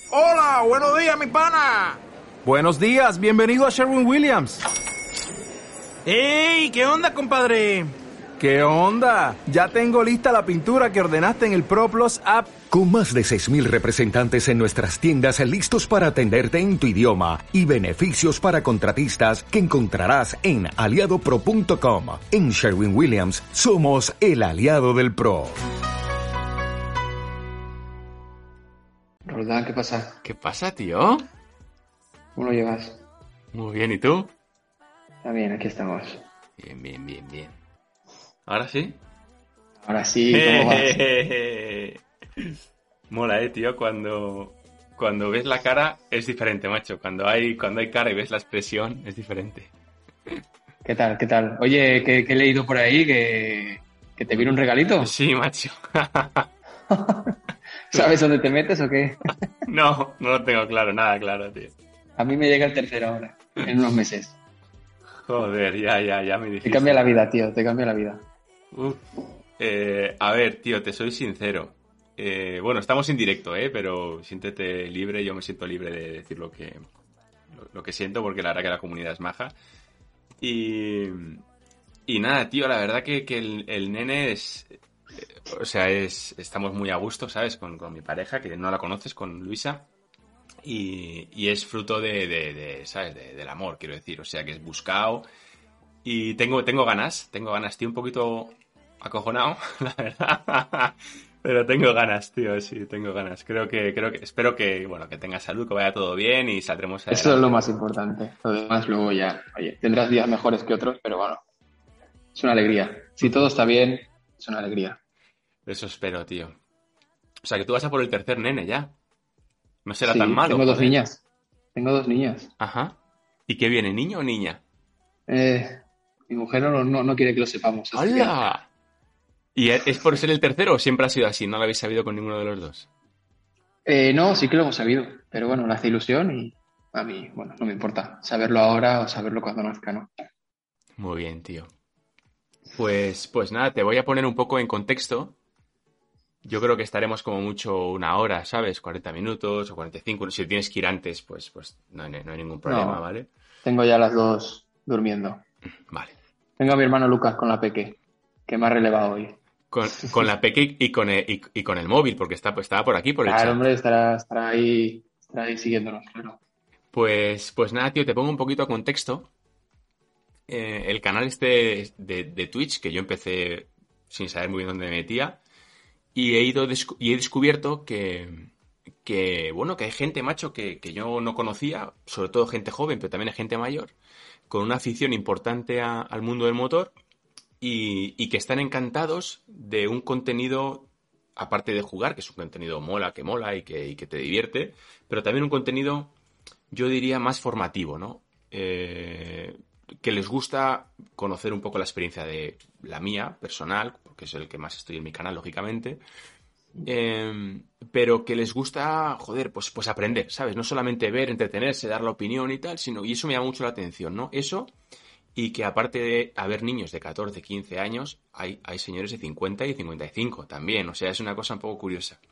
Hola, buenos días, mi pana. Buenos días, bienvenido a Sherwin-Williams. ¡Ey! ¿Qué onda, compadre? ¿Qué onda? Ya tengo lista la pintura que ordenaste en el ProPlus app. Con más de 6,000 representantes en nuestras tiendas listos para atenderte en tu idioma y beneficios para contratistas que encontrarás en aliadopro.com. En Sherwin-Williams somos el aliado del pro. Roldán, ¿qué pasa? ¿Qué pasa, tío? ¿Cómo lo llevas? Muy bien, ¿y tú? Está bien, aquí estamos. Bien. ¿Ahora sí? Ahora sí, ¿cómo vas? Mola, tío, cuando ves la cara es diferente, macho. Cuando hay cara y ves la expresión es diferente. ¿Qué tal? Oye, que he leído por ahí que te viene un regalito. Sí, macho. ¿Sabes dónde te metes o qué? No lo tengo claro, nada claro, tío. A mí me llega el tercero ahora, en unos meses. Joder, ya me dijiste. Te cambia la vida, tío, te cambia la vida. Uf. A ver, tío, te soy sincero. Bueno, estamos en directo, pero siéntete libre, yo me siento libre de decir lo que siento, porque la verdad que la comunidad es maja. Y nada, tío, la verdad que el nene es... O sea, estamos muy a gusto, ¿sabes? Con mi pareja, que no la conoces, con Luisa. Y es fruto ¿sabes? Del amor, quiero decir. O sea, que es buscado. Y tengo ganas, tío, un poquito acojonado, la verdad. Pero tengo ganas, tío, sí, tengo ganas. Espero que, bueno, que tengas salud, que vaya todo bien y saldremos adelante. Eso es lo más importante. Lo demás luego ya, oye, tendrás días mejores que otros, pero bueno, es una alegría. Si todo está bien, es una alegría. Eso espero, tío. O sea, que tú vas a por el tercer nene ya. No será Sí, tan malo. tengo dos joder. niñas. Tengo dos niñas. Ajá. ¿Y qué viene, niño o niña? Mi mujer no quiere que lo sepamos. así que- ¡Hala! ¿Y es por ser el tercero o siempre ha sido así? ¿No lo habéis sabido con ninguno de los dos? No, sí que lo hemos sabido, pero bueno, le hace ilusión y a mí, bueno, no me importa saberlo ahora o saberlo cuando nazca, ¿no? Muy bien, tío. Pues nada, te voy a poner un poco en contexto. Yo creo que estaremos como mucho una hora, ¿sabes? 40 minutos o 45. Si tienes que ir antes, pues no hay ningún problema, No. ¿vale? Tengo ya las dos durmiendo. Vale. Tengo a mi hermano Lucas con la peque, que me ha relevado hoy. Con la Peque y con el móvil, porque estaba por aquí, por el Claro, chat. hombre, estará ahí siguiéndonos, claro. Pues nada, tío, te pongo un poquito a contexto. El canal este de Twitch, que yo empecé sin saber muy bien dónde me metía, y he descubierto bueno, que hay gente, macho, que yo no conocía, sobre todo gente joven, pero también hay gente mayor, con una afición importante al mundo del motor y que están encantados de un contenido, aparte de jugar, que es un contenido que mola y que te divierte, pero también un contenido, yo diría, más formativo, ¿no? Que les gusta conocer un poco la experiencia de la mía, personal, porque es el que más estoy en mi canal, lógicamente, pero que les gusta, joder, pues aprender, ¿sabes? No solamente ver, entretenerse, dar la opinión y tal, y eso me llama mucho la atención, ¿no? Eso, y que aparte de haber niños de 14, 15 años, hay señores de 50 y 55 también, o sea, es una cosa un poco curiosa.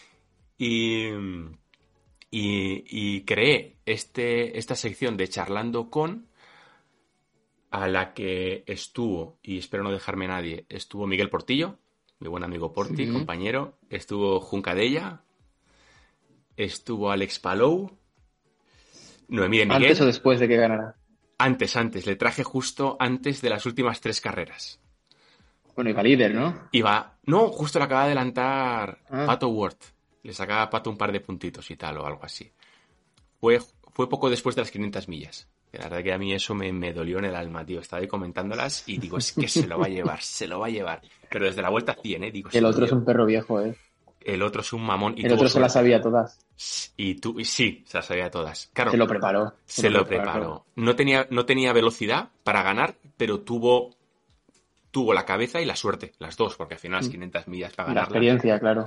Y creé esta sección de Charlando con, a la que estuvo, y espero no dejarme nadie, estuvo Miguel Portillo, mi buen amigo Porti, compañero, estuvo Juncadella, estuvo Alex Palou, Noemí de Miguel. ¿Antes o después de que ganara? Antes, le traje justo antes de las últimas 3 carreras. Bueno, iba líder, ¿no? No, justo le acaba de adelantar Ah. Pato Ward. Le sacaba a Pato un par de puntitos y tal, o algo así. Fue poco después de las 500 millas. La verdad que a mí eso me dolió en el alma, tío. Estaba ahí comentándolas y digo, es que se lo va a llevar. Pero desde la vuelta 100, digo... El otro es un perro viejo, El otro es un mamón. Y el otro se las sabía todas. Y sí, se las sabía todas. Claro, Se lo preparó. Se lo preparó. No tenía velocidad para ganar, pero tuvo la cabeza y la suerte, las dos, porque al final las 500 millas para Y la ganarlas. experiencia, claro.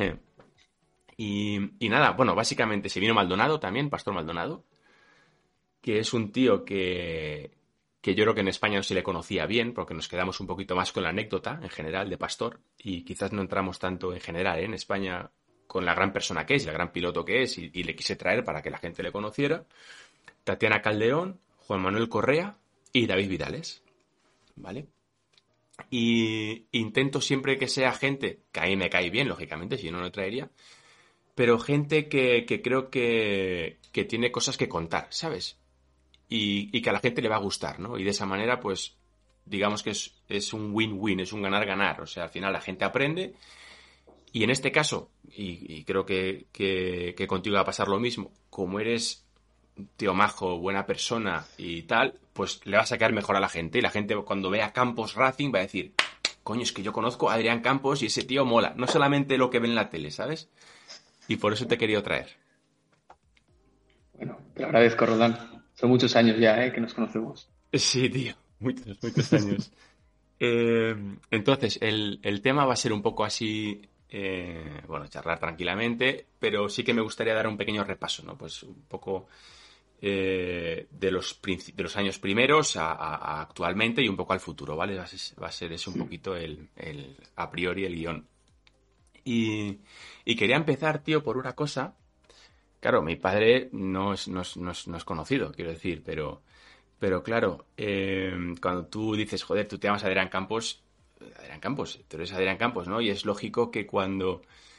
Y nada, bueno, básicamente se vino Maldonado también, Pastor Maldonado, que es un tío que yo creo que en España no se le conocía bien, porque nos quedamos un poquito más con la anécdota en general de Pastor, y quizás no entramos tanto en general, en España con la gran persona que es, el gran piloto que es, y le quise traer para que la gente le conociera. Tatiana Calderón, Juan Manuel Correa y David Vidales, ¿vale? Y intento siempre que sea gente que a mí me cae bien, lógicamente, si no lo traería, pero gente que creo que tiene cosas que contar, ¿sabes? Y que a la gente le va a gustar, ¿no? Y de esa manera, pues, digamos que es un win-win, es un ganar-ganar. O sea, al final la gente aprende y en este caso, y creo que contigo va a pasar lo mismo, como eres un tío majo, buena persona y tal, pues le vas a caer mejor a la gente. Y la gente cuando vea Campos Racing va a decir, coño, es que yo conozco a Adrián Campos y ese tío mola. No solamente lo que ve en la tele, ¿sabes? Y por eso te he querido traer. Bueno, te lo agradezco, Roldán. Son muchos años ya, que nos conocemos. Sí, tío, muchos años. Entonces, el tema va a ser un poco así, bueno, charlar tranquilamente, pero sí que me gustaría dar un pequeño repaso, ¿no? Pues un poco de los años primeros a actualmente y un poco al futuro, ¿vale? Va a ser eso un poquito a priori el guión. Y quería empezar, tío, por una cosa. Claro, mi padre no es conocido, quiero decir, pero claro, cuando tú dices, joder, tú te llamas Adrián Campos, tú eres Adrián Campos, ¿no? Y es lógico que cuando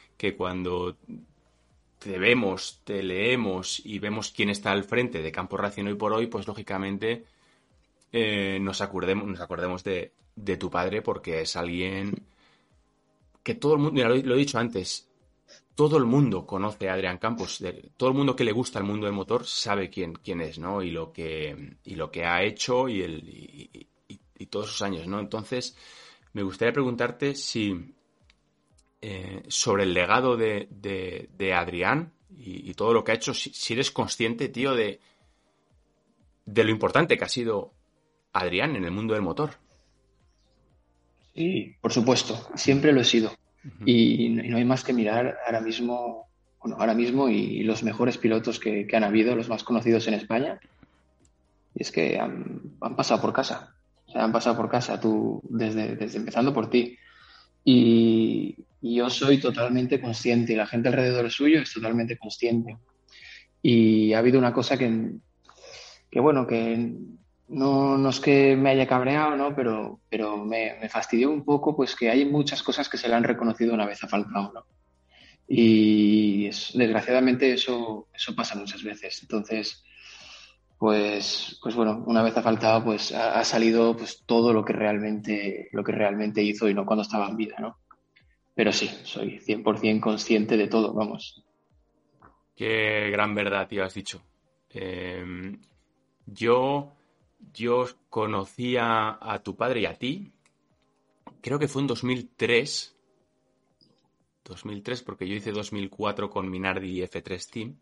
te vemos, te leemos y vemos quién está al frente de Campos Racing hoy por hoy, pues lógicamente nos acordemos de tu padre, porque es alguien que todo el mundo, mira, lo he dicho antes, todo el mundo conoce a Adrián Campos, todo el mundo que le gusta el mundo del motor sabe quién es, ¿no? Y lo que ha hecho y todos sus años, ¿no? Entonces, me gustaría preguntarte si sobre el legado de Adrián y todo lo que ha hecho, si eres consciente, tío, de lo importante que ha sido Adrián en el mundo del motor. Sí, por supuesto, siempre lo he sido. Y no hay más que mirar ahora mismo y los mejores pilotos que han habido, los más conocidos en España, y es que han pasado por casa. O sea, han pasado por casa, tú, desde empezando por ti. Y yo soy totalmente consciente, y la gente alrededor suyo es totalmente consciente. Y ha habido una cosa que bueno, que no es que me haya cabreado, ¿no? Pero me fastidió un poco, pues que hay muchas cosas que se le han reconocido una vez a Falcao, ¿no? Y desgraciadamente eso pasa muchas veces. Entonces, pues bueno, una vez ha faltado, pues ha salido pues todo lo que realmente hizo y no cuando estaba en vida, ¿no? Pero sí, soy 100% consciente de todo, vamos. Qué gran verdad, tío, has dicho. Yo conocía a tu padre y a ti, creo que fue en 2003, porque yo hice 2004 con Minardi F3 Team.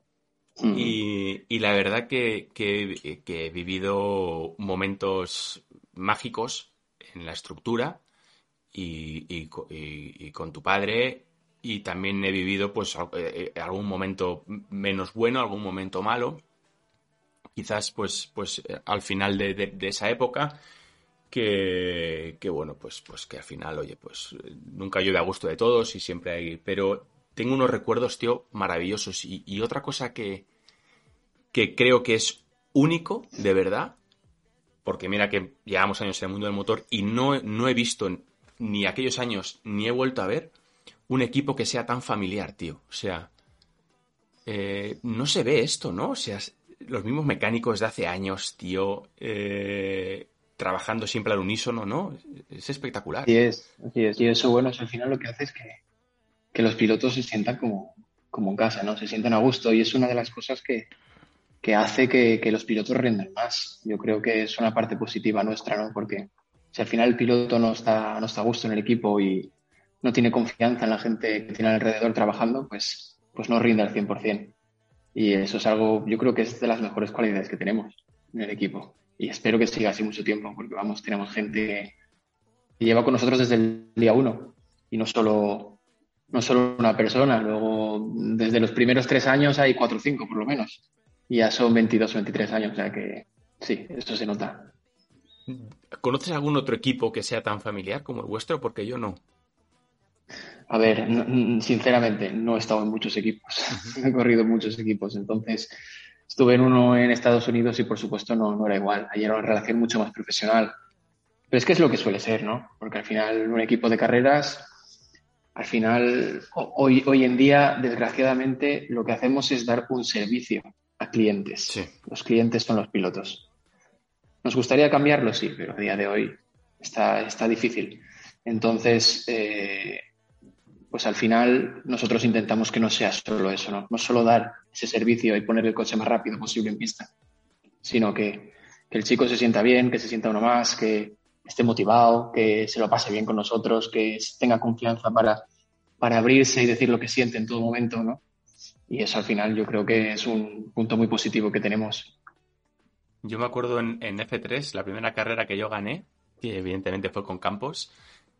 Y la verdad que he vivido momentos mágicos en la estructura y con tu padre, y también he vivido pues algún momento menos bueno, algún momento malo, quizás pues al final de esa época que bueno, pues que al final, oye, pues nunca llueve a gusto de todos y siempre hay, pero tengo unos recuerdos, tío, maravillosos. Y otra cosa que creo que es único, de verdad, porque mira que llevamos años en el mundo del motor y no he visto ni aquellos años, ni he vuelto a ver un equipo que sea tan familiar, tío. O sea, no se ve esto, ¿no? O sea, los mismos mecánicos de hace años, tío, trabajando siempre al unísono, ¿no? Es espectacular. Así es. Y eso, bueno, eso al final lo que hace es que los pilotos se sientan como en casa, ¿no? Se sientan a gusto, y es una de las cosas que hace que los pilotos rindan más. Yo creo que es una parte positiva nuestra, ¿no? Porque si al final el piloto no está a gusto en el equipo y no tiene confianza en la gente que tiene alrededor trabajando, pues no rinde al 100%. Y eso es algo, yo creo que es de las mejores cualidades que tenemos en el equipo. Y espero que siga así mucho tiempo, porque vamos, tenemos gente que lleva con nosotros desde el día 1, y no solo una persona. Luego, desde los primeros 3 años hay 4 o 5 por lo menos. Y ya son 22 o 23 años, o sea que sí, eso se nota. ¿Conoces algún otro equipo que sea tan familiar como el vuestro? Porque yo no. A ver, sinceramente, no he estado en muchos equipos, he corrido en muchos equipos, entonces estuve en uno en Estados Unidos y por supuesto no era igual, ahí era una relación mucho más profesional. Pero es que es lo que suele ser, ¿no? Porque al final un equipo de carreras, al final, hoy en día, desgraciadamente, lo que hacemos es dar un servicio a clientes. Sí. Los clientes son los pilotos. ¿Nos gustaría cambiarlo? Sí, pero a día de hoy está difícil. Entonces, pues al final nosotros intentamos que no sea solo eso, ¿no? No solo dar ese servicio y poner el coche más rápido posible en pista, sino que el chico se sienta bien, que se sienta uno más, que esté motivado, que se lo pase bien con nosotros, que tenga confianza para abrirse y decir lo que siente en todo momento, ¿no? Y eso al final yo creo que es un punto muy positivo que tenemos. Yo me acuerdo en F3, la primera carrera que yo gané, que evidentemente fue con Campos,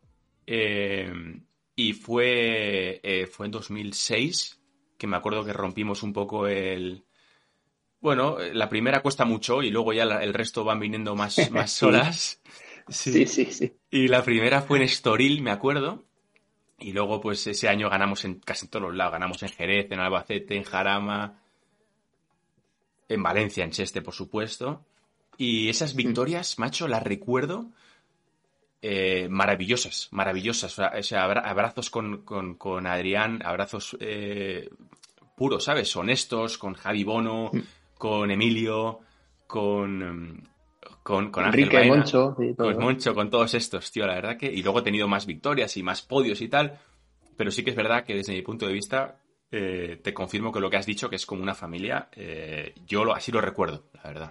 y fue en 2006, que me acuerdo que rompimos un poco Bueno, la primera cuesta mucho y luego ya el resto van viniendo más solas. Sí. Sí. Y la primera fue en Estoril, me acuerdo. Y luego, pues ese año ganamos en casi todos los lados. Ganamos en Jerez, en Albacete, en Jarama, en Valencia, en Cheste, por supuesto. Y esas victorias, macho, las recuerdo maravillosas. O sea, abrazos con Adrián, abrazos puros, ¿sabes? Honestos, con Javi Bono, con Emilio, con Ángel Enrique, Baena, Moncho, sí, todo. con Moncho, con todos estos, tío, la verdad que... Y luego he tenido más victorias y más podios y tal, pero sí que es verdad que desde mi punto de vista te confirmo que lo que has dicho, que es como una familia, yo así lo recuerdo, la verdad.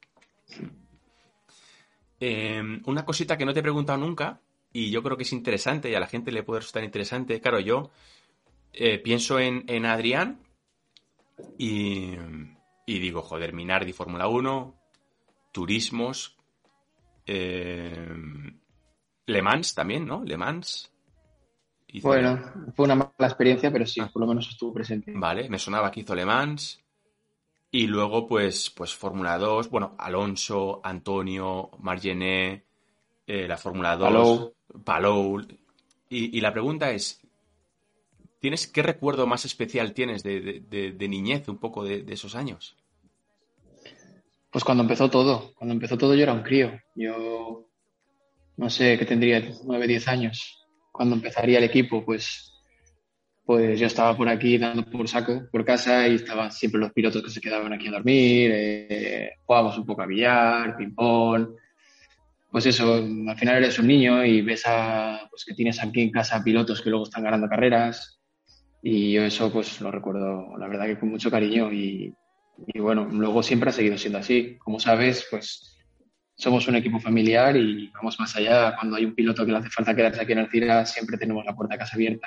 Una cosita que no te he preguntado nunca, y yo creo que es interesante y a la gente le puede resultar interesante, claro, yo pienso en Adrián y digo, joder, Minardi Fórmula 1, turismos, Le Mans también, ¿no? Le Mans. Bueno, fue una mala experiencia, pero sí, por lo menos estuvo presente. Vale, me sonaba que hizo Le Mans. Y luego, pues Fórmula 2, bueno, Alonso, Antonio, Margené, la Fórmula 2, Palou. Y la pregunta es, ¿qué recuerdo más especial tienes de niñez, un poco de esos años? Pues cuando empezó todo yo era un crío. Yo no sé, qué tendría 9, 10 años. Cuando empezaría el equipo, pues yo estaba por aquí dando por saco por casa y estaban siempre los pilotos que se quedaban aquí a dormir, jugábamos un poco a billar, ping-pong. Pues eso, al final eres un niño y ves pues que tienes aquí en casa pilotos que luego están ganando carreras y yo eso pues lo recuerdo, la verdad que con mucho cariño y bueno, luego siempre ha seguido siendo así. Como sabes, pues somos un equipo familiar y vamos más allá. Cuando hay un piloto que le hace falta quedarse aquí en Alcira, siempre tenemos la puerta de casa abierta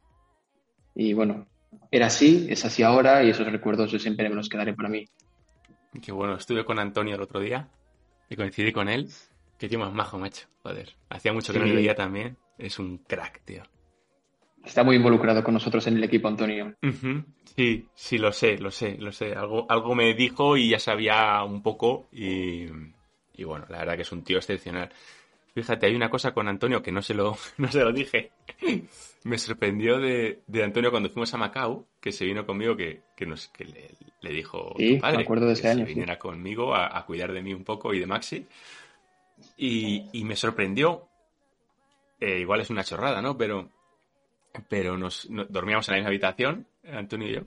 y bueno, era así, es así ahora y esos recuerdos yo siempre me los quedaré para mí. Qué bueno, estuve con Antonio el otro día y coincidí con él. Qué tío más majo, macho, joder. Hacía mucho que no le veía también. Es un crack, tío. Está muy involucrado con nosotros en el equipo, Antonio. Uh-huh. Sí, lo sé. Algo me dijo y ya sabía un poco y bueno, la verdad que es un tío excepcional. Fíjate, hay una cosa con Antonio que no se lo dije. Me sorprendió de Antonio cuando fuimos a Macao, que se vino conmigo, que le dijo sí, tu padre me acuerdo de ese que año, se viniera conmigo a cuidar de mí un poco y de Maxi. Y me sorprendió, igual es una chorrada, ¿no? Pero dormíamos en la misma habitación, Antonio y yo.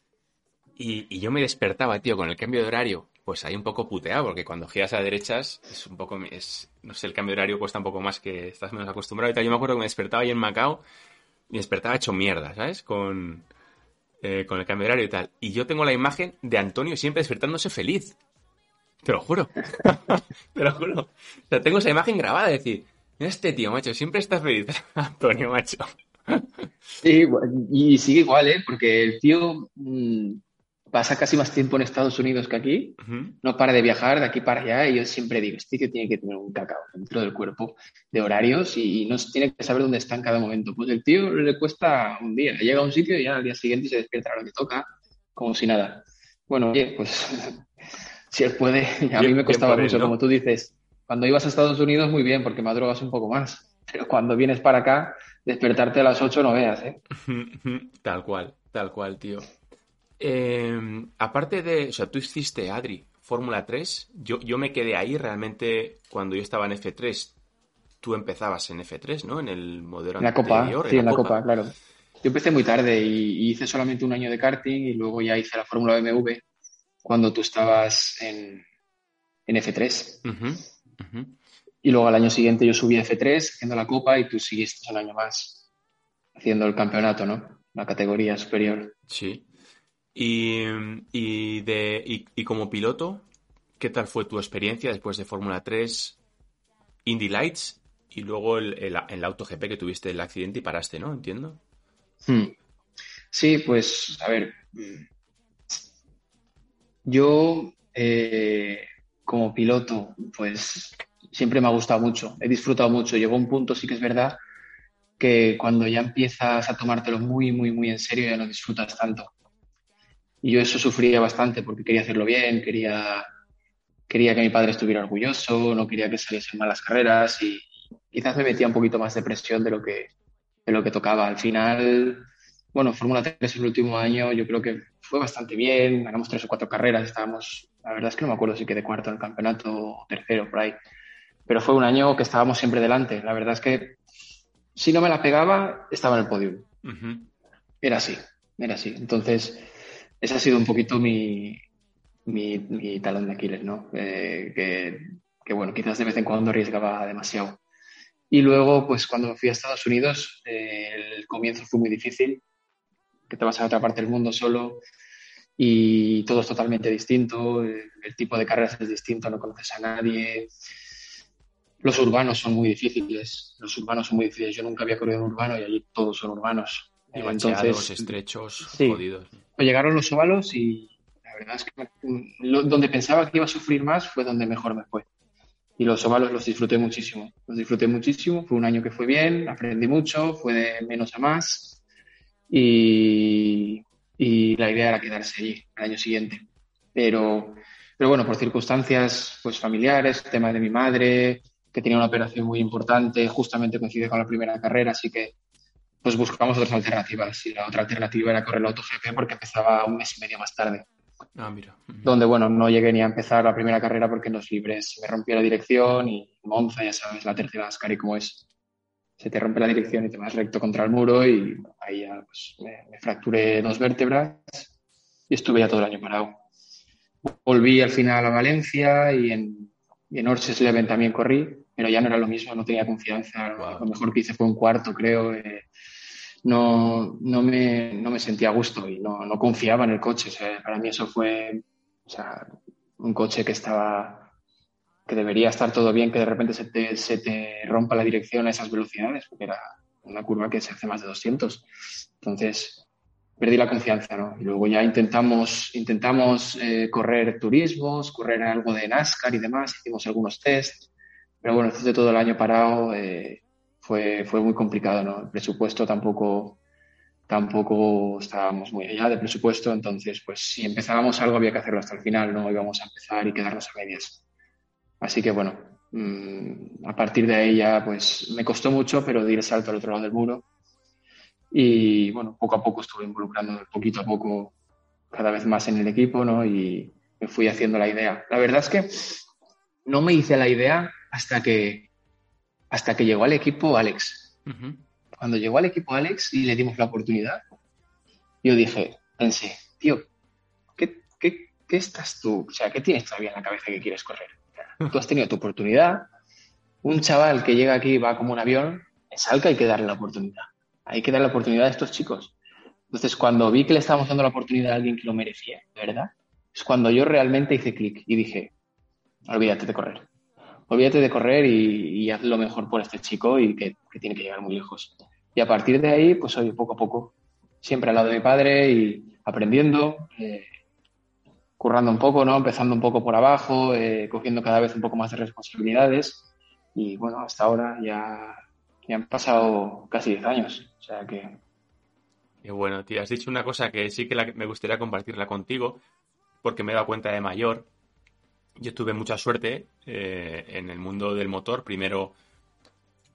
Y yo me despertaba, tío, con el cambio de horario, pues ahí un poco puteado, porque cuando giras a derechas es un poco, no sé, el cambio de horario cuesta un poco más, que estás menos acostumbrado y tal. Yo me acuerdo que me despertaba ahí en Macao y me despertaba hecho mierda, ¿sabes? Con el cambio de horario y tal. Y yo tengo la imagen de Antonio siempre despertándose feliz. Te lo juro. Te lo juro. O sea, tengo esa imagen grabada de decir, mira este tío, macho, siempre está feliz. Antonio, macho. Sí, y sigue igual, ¿eh? Porque el tío pasa casi más tiempo en Estados Unidos que aquí, no para de viajar de aquí para allá, y yo siempre digo, este que tiene que tener un cacao dentro del cuerpo de horarios y no tiene que saber dónde está en cada momento. Pues el tío le cuesta un día, llega a un sitio y ya al día siguiente se despierta a lo que toca, como si nada. Bueno, oye, pues si él puede, a mí me costaba mucho, ¿no? Como tú dices, cuando ibas a Estados Unidos muy bien, porque madrugas un poco más, pero cuando vienes para acá, despertarte a las 8 no veas, ¿eh? Tal cual, tío. Aparte de, o sea, tú hiciste, Adri, Fórmula 3. Yo me quedé ahí realmente cuando yo estaba en F3. Tú empezabas en F3, ¿no? En el modelo En la Copa, anterior, sí, en en la la Copa. Copa, claro. Yo empecé muy tarde y hice solamente un año de karting y luego ya hice la Fórmula BMW cuando tú estabas en F3. Ujú, ujú. Y luego al año siguiente yo subí a F3 haciendo la Copa y tú seguiste un año más haciendo el campeonato, ¿no? La categoría superior. Sí. Y como piloto, ¿qué tal fue tu experiencia después de Fórmula 3, Indy Lights y luego el AutoGP que tuviste el accidente y paraste, ¿no? Entiendo. Hmm. Sí, pues a ver, yo como piloto, pues siempre me ha gustado mucho, he disfrutado mucho. Llegó un punto, sí que es verdad, que cuando ya empiezas a tomártelo muy, muy, muy en serio ya no disfrutas tanto. Y yo eso sufría bastante porque quería hacerlo bien, quería que mi padre estuviera orgulloso, no quería que saliesen malas carreras y quizás me metía un poquito más de presión de lo que tocaba. Al final, bueno, Fórmula 3 el último año yo creo que fue bastante bien, ganamos 3 o 4 carreras, estábamos, la verdad es que no me acuerdo si quedé cuarto en el campeonato o tercero por ahí, pero fue un año que estábamos siempre delante. La verdad es que si no me la pegaba, estaba en el podio. Ujú. Era así, era así. Entonces, ese ha sido un poquito mi talón de Aquiles, ¿no? Que, bueno, quizás de vez en cuando arriesgaba demasiado. Y luego, pues cuando me fui a Estados Unidos, el comienzo fue muy difícil, que te vas a otra parte del mundo solo y todo es totalmente distinto, el tipo de carreras es distinto, no conoces a nadie. Los urbanos son muy difíciles, los urbanos son muy difíciles. Yo nunca había corrido en urbano y allí todos son urbanos. Y bacheados, Entonces, estrechos, sí, jodidos. me llegaron los óvalos y la verdad es que donde pensaba que iba a sufrir más fue donde mejor me fue. Y los óvalos los disfruté muchísimo. Los disfruté muchísimo. Fue un año que fue bien, aprendí mucho, fue de menos a más. Y, y la idea era quedarse allí al año siguiente. Pero, pero bueno, por circunstancias pues, familiares, tema de mi madre, que tenía una operación muy importante, justamente coincide con la primera carrera, así que pues buscamos otras alternativas. Y la otra alternativa era correr el AutoGP porque empezaba un mes y medio más tarde Ah, mira. Ujú. donde, bueno, no llegué ni a empezar la primera carrera porque en los libres me rompió la dirección y Monza, ya sabes, la tercera Ascari como es. Se te rompe la dirección y te vas recto contra el muro y bueno, ahí ya pues, me fracturé 2 vértebras y estuve ya todo el año parado. Volví al final a Valencia y en Orches Leven también corrí, pero ya no era lo mismo, no tenía confianza. Wow. Lo mejor que hice fue un cuarto, creo. No me sentía a gusto y no confiaba en el coche. O sea, para mí eso fue, o sea, un coche que debería estar todo bien, que de repente se te rompa la dirección a esas velocidades, porque era una curva que se hace más de 200. Entonces, perdí la confianza, ¿no? Y luego ya intentamos correr turismos, correr algo de NASCAR y demás, hicimos algunos tests, pero bueno, después de todo el año parado fue muy complicado, ¿no? El presupuesto tampoco estábamos muy allá de presupuesto, entonces pues si empezábamos algo había que hacerlo hasta el final, no íbamos a empezar y quedarnos a medias. Así que bueno, a partir de ahí ya pues me costó mucho, pero di el salto al otro lado del muro y bueno, poco a poco estuve involucrando poquito a poco cada vez más en el equipo, ¿no? Y me fui haciendo la idea. La verdad es que no me hice la idea hasta que llegó al equipo Alex. Ujú. Cuando llegó al equipo Alex y le dimos la oportunidad, yo pensé, tío, ¿qué estás tú? O sea, ¿qué tienes todavía en la cabeza que quieres correr? O sea, tú has tenido tu oportunidad, un chaval que llega aquí va como un avión, es al que hay que darle la oportunidad. Hay que darle la oportunidad a estos chicos. Entonces, cuando vi que le estábamos dando la oportunidad a alguien que lo merecía, de verdad, es cuando yo realmente hice clic y dije, olvídate de correr. Olvídate de correr y haz lo mejor por este chico y que tiene que llegar muy lejos. Y a partir de ahí, pues oye, poco a poco, siempre al lado de mi padre y aprendiendo, currando un poco, ¿no? Empezando un poco por abajo, cogiendo cada vez un poco más de responsabilidades. Y bueno, hasta ahora ya han pasado casi 10 años. O sea que Qué bueno, tío. Has dicho una cosa que sí que me gustaría compartirla contigo, porque me he dado cuenta de mayor. Yo tuve mucha suerte en el mundo del motor. Primero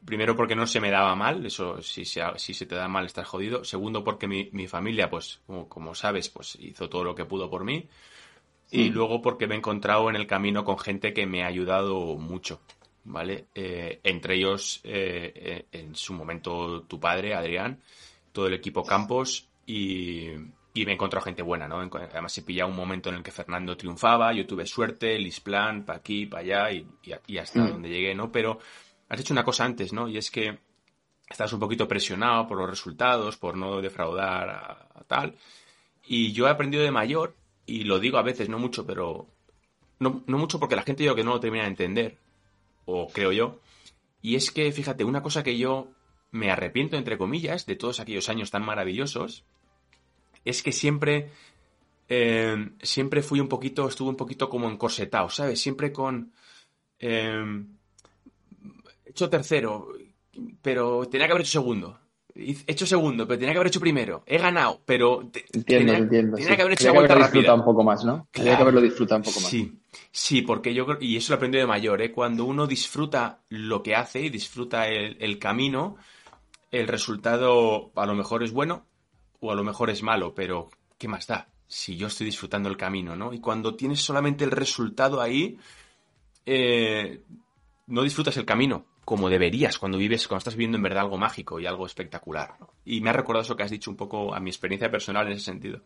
Primero porque no se me daba mal, eso si se te da mal estás jodido. Segundo porque mi familia, pues como sabes, pues hizo todo lo que pudo por mí. Y luego porque me he encontrado en el camino con gente que me ha ayudado mucho, ¿vale? Entre ellos, en su momento, tu padre, Adrián, todo el equipo Campos y me he encontrado gente buena, ¿no? Además he pillado un momento en el que Fernando triunfaba, yo tuve suerte, Lisplan, pa' aquí, pa' allá y hasta donde llegué, ¿no? Pero has hecho una cosa antes, ¿no? Y es que estás un poquito presionado por los resultados, por no defraudar a tal. Y yo he aprendido de mayor, y lo digo a veces, no mucho, pero... No mucho porque la gente yo que no lo termina de entender, o creo yo. Y es que, fíjate, una cosa que yo me arrepiento, entre comillas, de todos aquellos años tan maravillosos, es que siempre estuve un poquito como encorsetado, ¿sabes? Siempre con... he hecho tercero, pero tenía que haber hecho segundo. He hecho segundo, pero tenía que haber hecho primero. He ganado, pero Entiendo. tenía que haber hecho Tenía la vuelta haberlo rápida. disfrutado un poco más, ¿no? Tenía que haberlo disfrutado un poco más. Sí, porque yo creo, y eso lo aprendí de mayor, ¿eh? Cuando uno disfruta lo que hace y disfruta el camino, el resultado a lo mejor es bueno o a lo mejor es malo, pero ¿qué más da? Si yo estoy disfrutando el camino, ¿no? Y cuando tienes solamente el resultado ahí, no disfrutas el camino como deberías cuando estás viviendo en verdad algo mágico y algo espectacular, ¿no? Y me ha recordado eso que has dicho un poco a mi experiencia personal en ese sentido.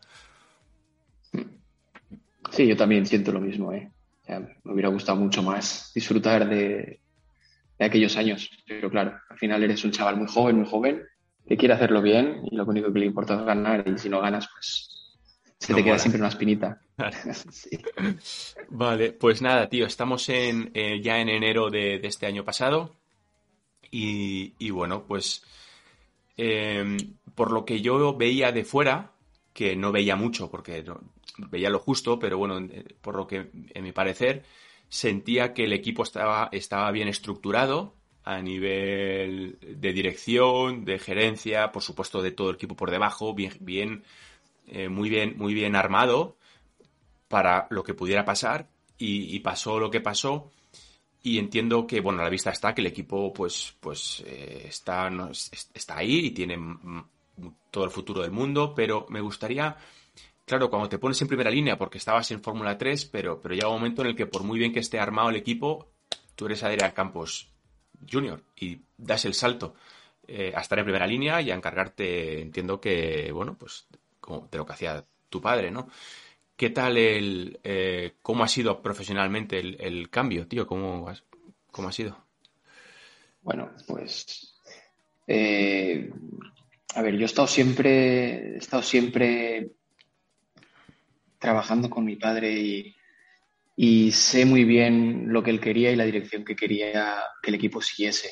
Sí, yo también siento lo mismo, ¿eh? O sea, me hubiera gustado mucho más disfrutar de aquellos años. Pero claro, al final eres un chaval muy joven, que quiere hacerlo bien y lo único que le importa es ganar. Y si no ganas, pues se te queda siempre una espinita. Vale. Sí. Vale, pues nada, tío, estamos ya en enero de este año pasado y bueno, pues por lo que yo veía de fuera, que no veía mucho porque veía lo justo, pero bueno, por lo que en mi parecer sentía que el equipo estaba bien estructurado a nivel de dirección, de gerencia, por supuesto de todo el equipo por debajo, muy bien armado para lo que pudiera pasar y pasó lo que pasó y entiendo que, bueno, a la vista está que el equipo pues está ahí y tiene todo el futuro del mundo, pero me gustaría, claro, cuando te pones en primera línea porque estabas en Fórmula 3, pero llega un momento en el que por muy bien que esté armado el equipo, tú eres Adrián Campos Junior y das el salto a estar en primera línea y a encargarte, entiendo que, bueno, pues como de lo que hacía tu padre, ¿no? ¿Qué tal cómo ha sido profesionalmente el cambio, tío? ¿Cómo ha sido? Bueno, pues a ver, yo he estado siempre trabajando con mi padre y sé muy bien lo que él quería y la dirección que quería que el equipo siguiese.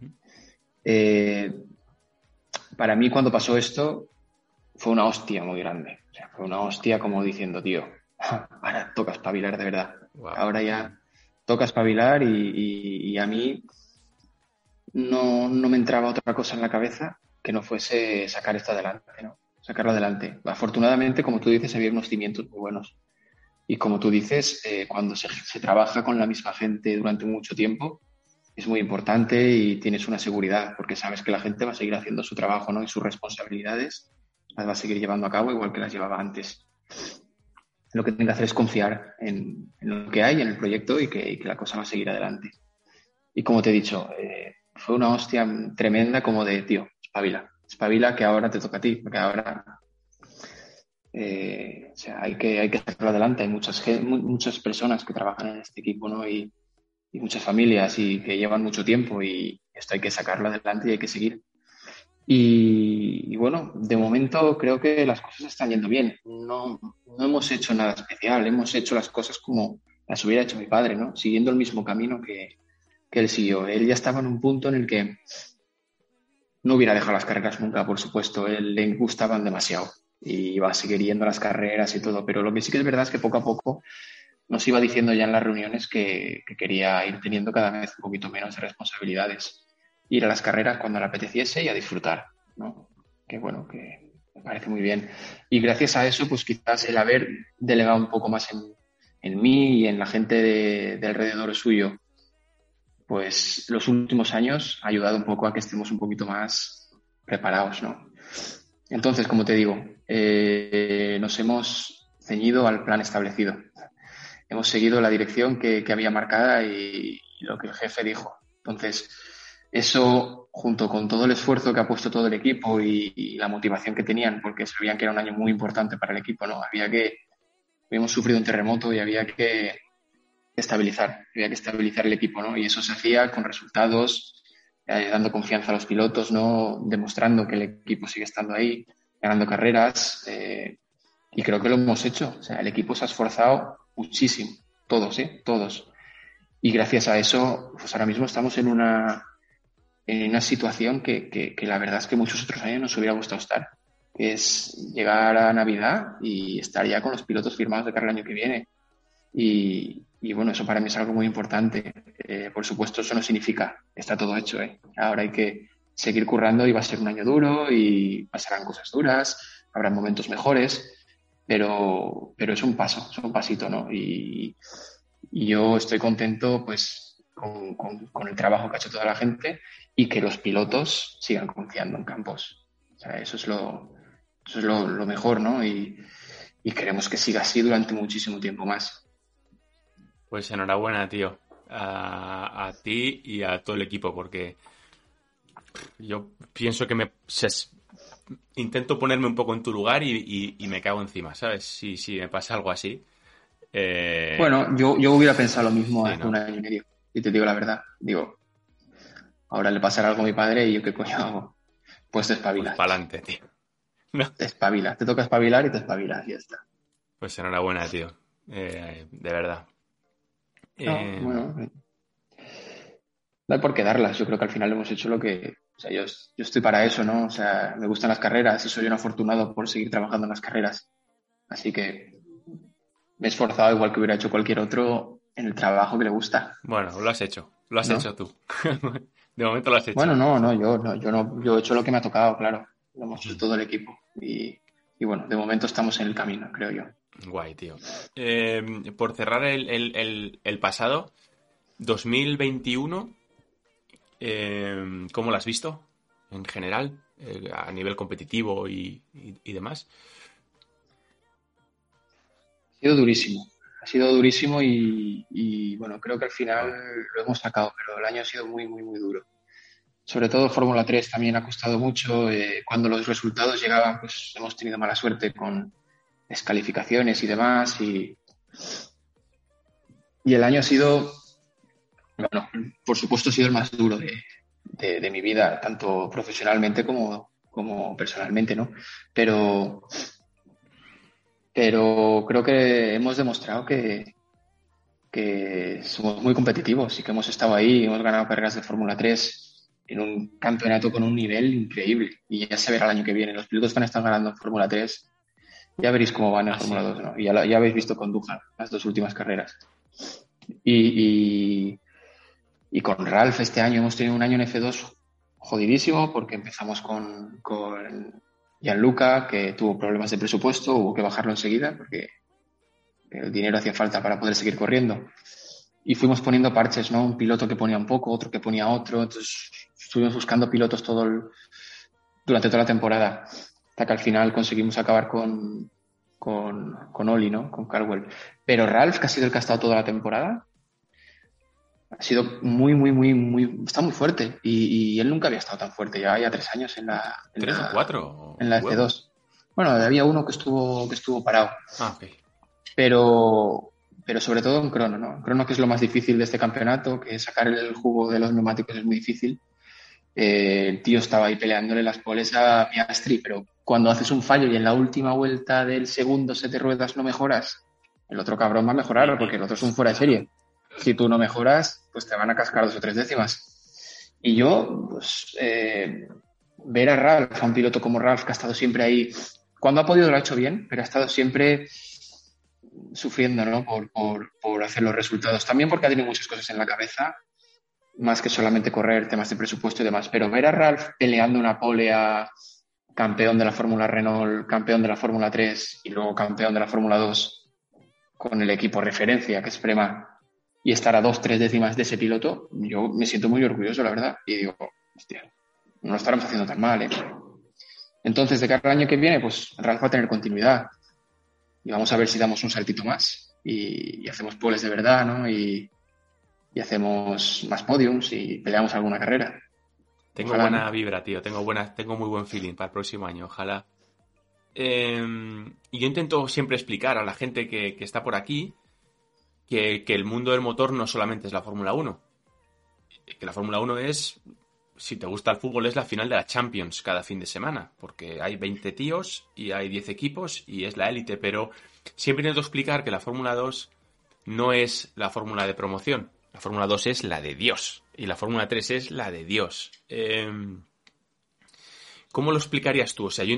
Para mí, cuando pasó esto, fue una hostia muy grande. O sea, fue una hostia como diciendo, tío, ahora toca espabilar de verdad. Wow. Ahora ya toca espabilar y a mí no me entraba otra cosa en la cabeza que no fuese sacar esto adelante, ¿no? Sacarlo adelante. Afortunadamente, como tú dices, había unos cimientos muy buenos. Y como tú dices, cuando se trabaja con la misma gente durante mucho tiempo, es muy importante y tienes una seguridad, porque sabes que la gente va a seguir haciendo su trabajo, ¿no? Y sus responsabilidades las va a seguir llevando a cabo igual que las llevaba antes. Lo que tienen que hacer es confiar en lo que hay, en el proyecto y que la cosa va a seguir adelante. Y como te he dicho, fue una hostia tremenda como de, tío, espabila que ahora te toca a ti, porque ahora o sea, hay que sacarlo adelante. Hay muchas personas que trabajan en este equipo, ¿no? Y muchas familias y que llevan mucho tiempo y esto hay que sacarlo adelante y hay que seguir. Y bueno, de momento creo que las cosas están yendo bien. No hemos hecho nada especial, hemos hecho las cosas como las hubiera hecho mi padre, ¿no? Siguiendo el mismo camino que él siguió. Él ya estaba en un punto en el que no hubiera dejado las carreras nunca, por supuesto. Él le gustaban demasiado y iba a seguir yendo a las carreras y todo. Pero lo que sí que es verdad es que poco a poco nos iba diciendo ya en las reuniones que quería ir teniendo cada vez un poquito menos de responsabilidades. Ir a las carreras cuando le apeteciese y a disfrutar, ¿no? Que bueno, que me parece muy bien. Y gracias a eso, pues quizás el haber delegado un poco más en mí y en la gente de alrededor suyo, pues los últimos años ha ayudado un poco a que estemos un poquito más preparados, ¿no? Entonces, como te digo, nos hemos ceñido al plan establecido. Hemos seguido la dirección que había marcada y lo que el jefe dijo. Entonces, eso, junto con todo el esfuerzo que ha puesto todo el equipo y la motivación que tenían, porque sabían que era un año muy importante para el equipo, ¿no? Habíamos sufrido un terremoto y había que estabilizar el equipo, ¿no? Y eso se hacía con resultados, dando confianza a los pilotos, ¿no? Demostrando que el equipo sigue estando ahí, ganando carreras, y creo que lo hemos hecho. O sea, el equipo se ha esforzado muchísimo, todos, todos. Y gracias a eso, pues ahora mismo estamos en una situación que la verdad es que muchos otros años nos hubiera gustado estar, que es llegar a Navidad y estar ya con los pilotos firmados de cara el año que viene. Y bueno, eso para mí es algo muy importante. Por supuesto, eso no significa que está todo hecho, ¿eh? Ahora hay que seguir currando y va a ser un año duro y pasarán cosas duras, habrá momentos mejores, pero es un paso, es un pasito, ¿no? Y yo estoy contento pues con el trabajo que ha hecho toda la gente y que los pilotos sigan confiando en Campos. O sea, eso es lo mejor, ¿no? Y queremos que siga así durante muchísimo tiempo más. Pues enhorabuena, tío, a ti y a todo el equipo, porque yo pienso que intento ponerme un poco en tu lugar y me cago encima, ¿sabes? Si me pasa algo así. Bueno, yo hubiera pensado lo mismo sí, hace ¿no? un año y medio, y te digo la verdad. Digo, ahora le pasará algo a mi padre y yo qué coño hago. Pues te espabilas. Pues pa'lante, tío. No. Te espabilas, te toca espabilar y te espabilas y ya está. Pues enhorabuena, tío. De verdad. No, bueno, no hay por qué darlas. Yo creo que al final hemos hecho lo que... O sea, yo estoy para eso, ¿no? O sea, me gustan las carreras y soy un afortunado por seguir trabajando en las carreras. Así que me he esforzado igual que hubiera hecho cualquier otro en el trabajo que le gusta. Bueno, lo has hecho. Lo has ¿No? hecho tú. De momento lo has hecho. Bueno, yo he hecho lo que me ha tocado, claro. Lo hemos hecho todo el equipo. Y bueno, de momento estamos en el camino, creo yo. Guay, tío. Por cerrar el pasado, 2021, ¿cómo lo has visto en general? A nivel competitivo y demás. Ha sido durísimo y bueno, creo que al final lo hemos sacado, pero el año ha sido muy, muy, muy duro. Sobre todo Fórmula 3 también ha costado mucho. Cuando los resultados llegaban, pues hemos tenido mala suerte con descalificaciones y demás. Y el año ha sido, bueno, por supuesto ha sido el más duro de mi vida, tanto profesionalmente como personalmente, ¿no? Pero creo que hemos demostrado que somos muy competitivos y que hemos estado ahí, hemos ganado carreras de Fórmula 3 en un campeonato con un nivel increíble. Y ya se verá el año que viene. Los pilotos que han estado ganando en Fórmula 3, ya veréis cómo van en Fórmula 2, ¿no? Y ya habéis visto con Duhan las dos últimas carreras. Y con Ralf este año hemos tenido un año en F2 jodidísimo porque empezamos con Gianluca, que tuvo problemas de presupuesto, hubo que bajarlo enseguida porque el dinero hacía falta para poder seguir corriendo. Y fuimos poniendo parches, ¿no? Un piloto que ponía un poco, otro que ponía otro. Entonces estuvimos buscando pilotos durante toda la temporada, hasta que al final conseguimos acabar con Oli, ¿no? Con Caldwell. Pero Ralf, que ha sido el que ha estado toda la temporada, ha sido muy, muy, muy, muy... Está muy fuerte. Y él nunca había estado tan fuerte. Ya 3 años en la... ¿3 o 4? En la F2. Bueno, había uno que estuvo parado. Ah, ok. Pero sobre todo en crono, ¿no? En crono, que es lo más difícil de este campeonato, que sacar el jugo de los neumáticos es muy difícil. El tío estaba ahí peleándole las poles a Piastri, pero cuando haces un fallo y en la última vuelta del segundo set de ruedas no mejoras, el otro cabrón va a mejorar porque el otro es un fuera de serie. Si tú no mejoras, pues te van a cascar 2 o 3 décimas. Y yo, pues, ver a Ralf, a un piloto como Ralf, que ha estado siempre ahí, cuando ha podido lo ha hecho bien, pero ha estado siempre sufriendo, ¿no? Por hacer los resultados. También porque ha tenido muchas cosas en la cabeza, más que solamente correr, temas de presupuesto y demás. Pero ver a Ralf peleando una pole a campeón de la Fórmula Renault, campeón de la Fórmula 3 y luego campeón de la Fórmula 2 con el equipo referencia, que es Prema, y estar a 2-3 décimas de ese piloto, yo me siento muy orgulloso, la verdad. Y digo, hostia, no lo estaremos haciendo tan mal, ¿eh? Entonces, de cara al año que viene, pues Ralf va a tener continuidad. Y vamos a ver si damos un saltito más y hacemos poles de verdad, ¿no? Y hacemos más podiums y peleamos alguna carrera. Tengo Ojalá, buena ¿no? vibra, tío. Tengo muy buen feeling para el próximo año. Ojalá. Y yo intento siempre explicar a la gente que está por aquí que el mundo del motor no solamente es la Fórmula 1. Que la Fórmula 1 es, si te gusta el fútbol, es la final de la Champions cada fin de semana. Porque hay 20 tíos y hay 10 equipos y es la élite. Pero siempre intento explicar que la Fórmula 2 no es la fórmula de promoción. La Fórmula 2 es la de Dios. Y la Fórmula 3 es la de Dios. ¿Cómo lo explicarías tú? O sea,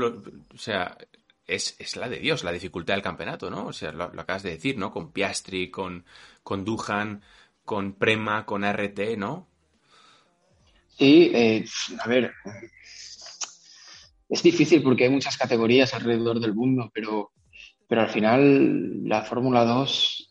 es la de Dios, la dificultad del campeonato, ¿no? O sea, lo acabas de decir, ¿no? Con Piastri, con Duhan, con Prema, con RT, ¿no? Sí, a ver, es difícil porque hay muchas categorías alrededor del mundo, pero al final la Fórmula 2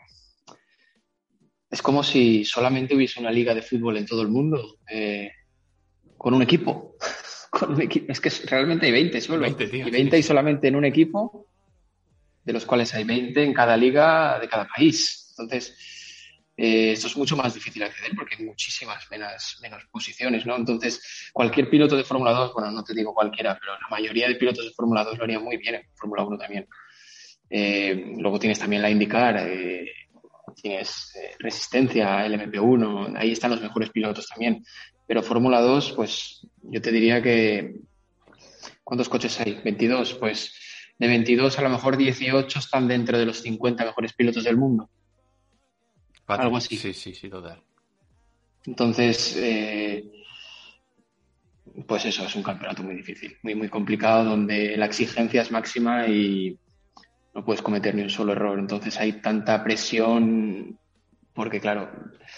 es como si solamente hubiese una liga de fútbol en todo el mundo, con un equipo. Con un equipo. Es que realmente hay 20 solo. 20, tío, Y 20 hay sí. solamente en un equipo, de los cuales hay 20 en cada liga de cada país. Entonces, esto es mucho más difícil de acceder porque hay muchísimas menos posiciones, ¿no? Entonces, cualquier piloto de Fórmula 2, bueno, no te digo cualquiera, pero la mayoría de pilotos de Fórmula 2 lo harían muy bien en Fórmula 1 también. Luego tienes también la IndyCar, tienes Resistencia, el MP1, ahí están los mejores pilotos también. Pero Fórmula 2, pues yo te diría que... ¿Cuántos coches hay? 22. Pues de 22 a lo mejor 18 están dentro de los 50 mejores pilotos del mundo. Fácil. Algo así. Sí, total. Entonces, pues eso, es un campeonato muy difícil, muy complicado, donde la exigencia es máxima y no puedes cometer ni un solo error. Entonces hay tanta presión porque, claro,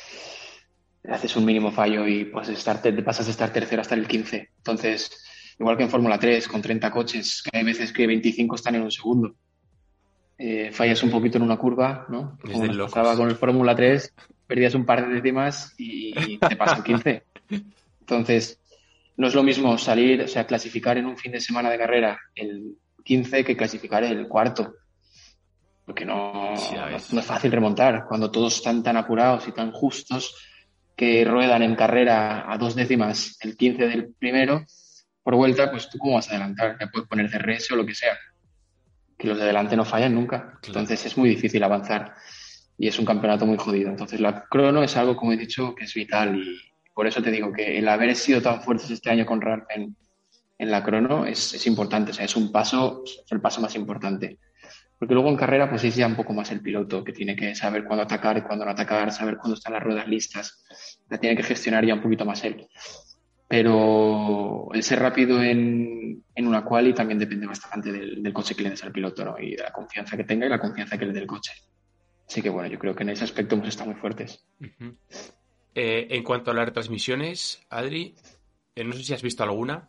haces un mínimo fallo y pues te pasas de estar tercero hasta el 15. Entonces, igual que en Fórmula 3, con 30 coches, que hay veces que 25 están en un segundo. Fallas un poquito en una curva, ¿no? Es Como de nos locos. pasaba con el Fórmula 3, perdías un par de décimas y te pasan 15. Entonces, no es lo mismo salir, o sea, clasificar en un fin de semana de carrera el 15 que clasificar el cuarto. Porque no es fácil remontar cuando todos están tan apurados y tan justos que ruedan en carrera a 2 décimas el 15 del primero por vuelta, pues tú cómo vas a adelantar, ya puedes poner DRS o lo que sea, que los de delante no fallan nunca, entonces es muy difícil avanzar y es un campeonato muy jodido. Entonces la crono es algo, como he dicho, que es vital y por eso te digo que el haber sido tan fuertes este año con Ralf en la crono es importante, o sea, es el paso más importante. Porque luego en carrera pues es ya un poco más el piloto que tiene que saber cuándo atacar y cuándo no atacar, saber cuándo están las ruedas listas, la tiene que gestionar ya un poquito más él. Pero el ser rápido en una quali también depende bastante del coche que le des al piloto, ¿no? Y de la confianza que tenga y la confianza que le dé el coche. Así que bueno, yo creo que en ese aspecto hemos estado muy fuertes. Uh-huh. En cuanto a las retransmisiones, Adri, no sé si has visto alguna.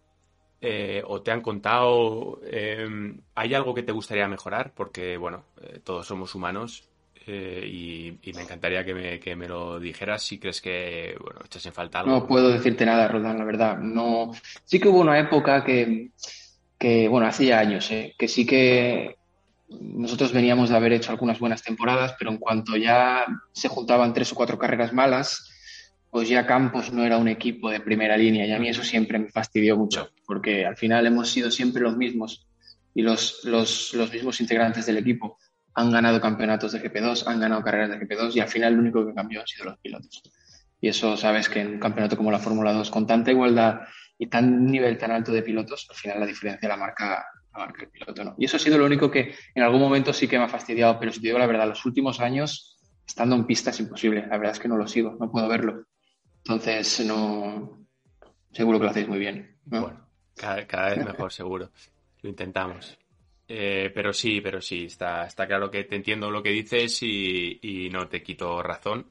O te han contado, ¿hay algo que te gustaría mejorar? Porque, bueno, todos somos humanos y me encantaría que me lo dijeras si crees que, bueno, echas en falta algo. No puedo decirte nada, Roldán, la verdad. No. Sí que hubo una época que bueno, hace ya años, que sí que nosotros veníamos de haber hecho algunas buenas temporadas, pero en cuanto ya se juntaban 3 o 4 carreras malas, pues ya Campos no era un equipo de primera línea y a mí eso siempre me fastidió mucho, porque al final hemos sido siempre los mismos y los mismos integrantes del equipo han ganado campeonatos de GP2, han ganado carreras de GP2 y al final lo único que cambió han sido los pilotos. Y eso sabes que en un campeonato como la Fórmula 2, con tanta igualdad y tan nivel tan alto de pilotos, al final la diferencia la marca el piloto, ¿no? Y eso ha sido lo único que en algún momento sí que me ha fastidiado, pero si te digo la verdad, los últimos años, estando en pista es imposible. La verdad es que no lo sigo, no puedo verlo. Entonces, no. Seguro que lo hacéis muy bien, ¿no? Bueno, cada vez mejor, seguro. Lo intentamos. Pero sí, está claro que te entiendo lo que dices y no te quito razón.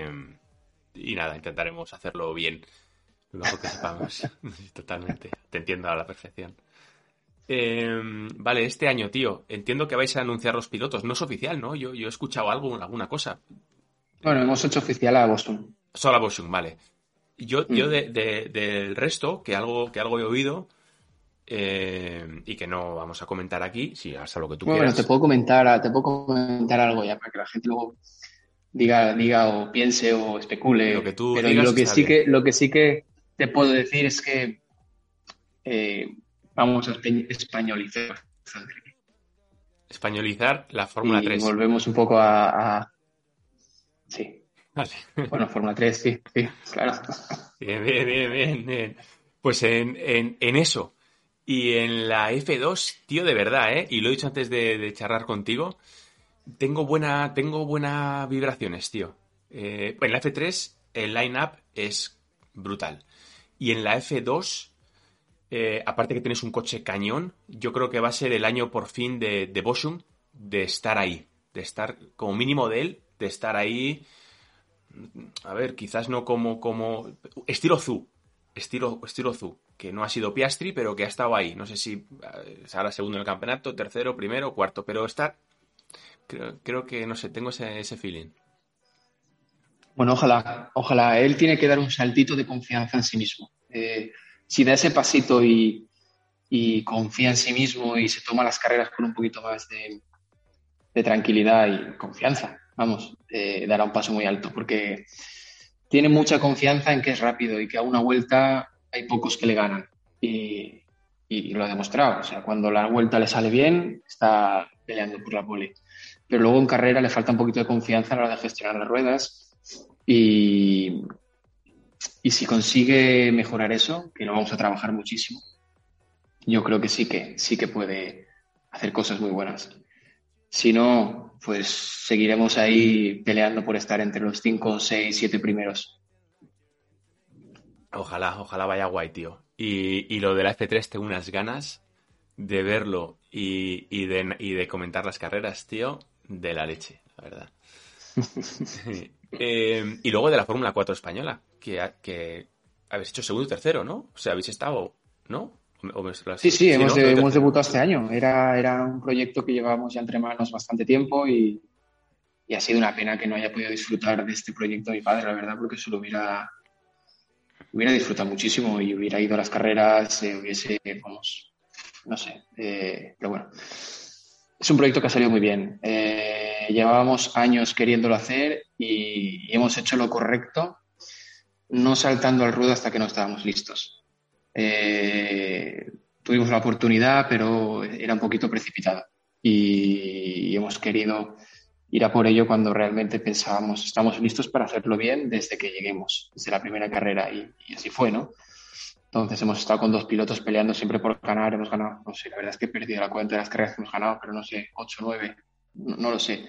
Y nada, intentaremos hacerlo bien, lo mejor que sepamos. Totalmente, te entiendo a la perfección. Vale, este año, tío, entiendo que vais a anunciar los pilotos. No es oficial, ¿no? Yo he escuchado alguna cosa. Bueno, hemos hecho oficial a Boston. Solo a Boschung, vale. Yo del resto, que algo he oído, y que no vamos a comentar aquí, si hasta lo que tú Bueno, quieras. te puedo comentar algo ya para que la gente luego diga o piense o especule. Lo que tú Pero digas lo que está sí bien. que te puedo decir es que vamos a españolizar bastante. Españolizar la Fórmula Y 3. volvemos un poco sí. Vale. Bueno, Fórmula 3, sí, claro. Bien, bien, bien, bien, bien. Pues en eso. Y en la F2, tío, de verdad, ¿eh? Y lo he dicho antes de charlar contigo. Tengo buena vibraciones, tío. En la F3 el line-up es brutal. Y en la F2, aparte que tienes un coche cañón, yo creo que va a ser el año por fin de Boschung de estar ahí. De estar, como mínimo de él, de estar ahí. A ver, quizás no como estilo Zu. Estilo Zu. Que no ha sido Piastri, pero que ha estado ahí. No sé si ahora segundo en el campeonato, tercero, primero, cuarto. Pero está. Creo que, no sé, tengo ese feeling. Bueno, ojalá. Él tiene que dar un saltito de confianza en sí mismo. Si da ese pasito y confía en sí mismo y se toma las carreras con un poquito más de tranquilidad y confianza, vamos, dará un paso muy alto porque tiene mucha confianza en que es rápido y que a una vuelta hay pocos que le ganan. Y lo ha demostrado. O sea, cuando la vuelta le sale bien, está peleando por la pole. Pero luego en carrera le falta un poquito de confianza a la hora de gestionar las ruedas. Y si consigue mejorar eso, que lo vamos a trabajar muchísimo, yo creo que sí que puede hacer cosas muy buenas. Si no, pues seguiremos ahí peleando por estar entre los 5, 6, 7 primeros. Ojalá vaya guay, tío. Y lo de la F3 tengo unas ganas de verlo y de comentar las carreras, tío, de la leche, la verdad. Y luego de la Fórmula 4 española, que habéis hecho segundo y tercero, ¿no? O sea, habéis estado, ¿no? Sí, ¿no? hemos debutado este año. Era un proyecto que llevábamos ya entre manos bastante tiempo y ha sido una pena que no haya podido disfrutar de este proyecto mi padre, la verdad, porque se lo hubiera disfrutado muchísimo y hubiera ido a las carreras, vamos, no sé, pero bueno. Es un proyecto que ha salido muy bien. Llevábamos años queriéndolo hacer y hemos hecho lo correcto, no saltando al ruedo hasta que no estábamos listos. Tuvimos la oportunidad, pero era un poquito precipitada y hemos querido ir a por ello cuando realmente pensábamos estamos listos para hacerlo bien desde que lleguemos, desde la primera carrera y así fue, ¿no? Entonces hemos estado con 2 pilotos peleando siempre por ganar, hemos ganado, no sé, la verdad es que he perdido la cuenta de las carreras que hemos ganado, pero no sé, 8, 9, no lo sé.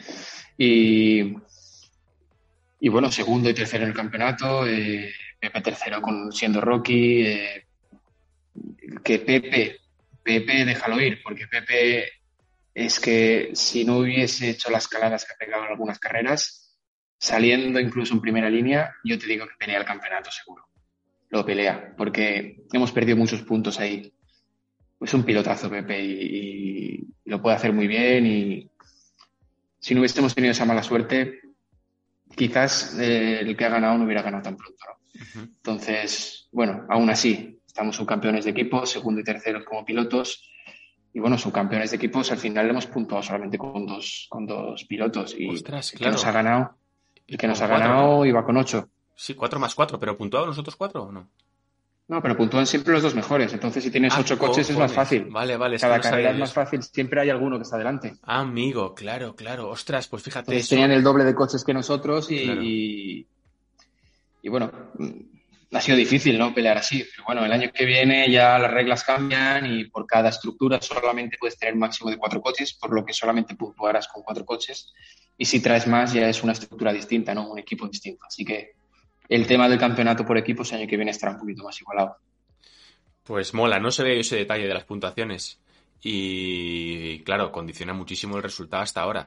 Y bueno, segundo y tercero en el campeonato, Pepe tercero siendo Rocky, que Pepe déjalo ir, porque Pepe es que si no hubiese hecho las caladas que ha pegado en algunas carreras, saliendo incluso en primera línea, yo te digo que pelea el campeonato seguro. Lo pelea, porque hemos perdido muchos puntos ahí. Es un pilotazo Pepe y lo puede hacer muy bien y si no hubiésemos tenido esa mala suerte, quizás el que ha ganado no hubiera ganado tan pronto, ¿no? Entonces, bueno, aún así, estamos subcampeones de equipo, segundo y tercero como pilotos. Y bueno, subcampeones de equipos, al final hemos puntuado solamente con dos pilotos. Y Ostras, el claro. que nos ha Con 4, ganado ¿no? iba con 8. Sí, 4 más 4, pero ¿puntuados nosotros 4 o no? No, pero puntúan siempre los 2 mejores. Entonces, si tienes 8 coches, es más fácil. Vale, es Cada que no carrera sabía es más eso. fácil. Siempre hay alguno que está delante. Amigo, claro. Ostras, pues fíjate Entonces, eso. tenían el doble de coches que nosotros Claro. y bueno, ha sido difícil, ¿no? Pelear así. Pero bueno, el año que viene ya las reglas cambian y por cada estructura solamente puedes tener un máximo de 4 coches, por lo que solamente puntuarás con 4 coches. Y si traes más ya es una estructura distinta, ¿no? Un equipo distinto. Así que el tema del campeonato por equipos el año que viene estará un poquito más igualado. Pues mola, no se ve ese detalle de las puntuaciones. Y claro, condiciona muchísimo el resultado hasta ahora.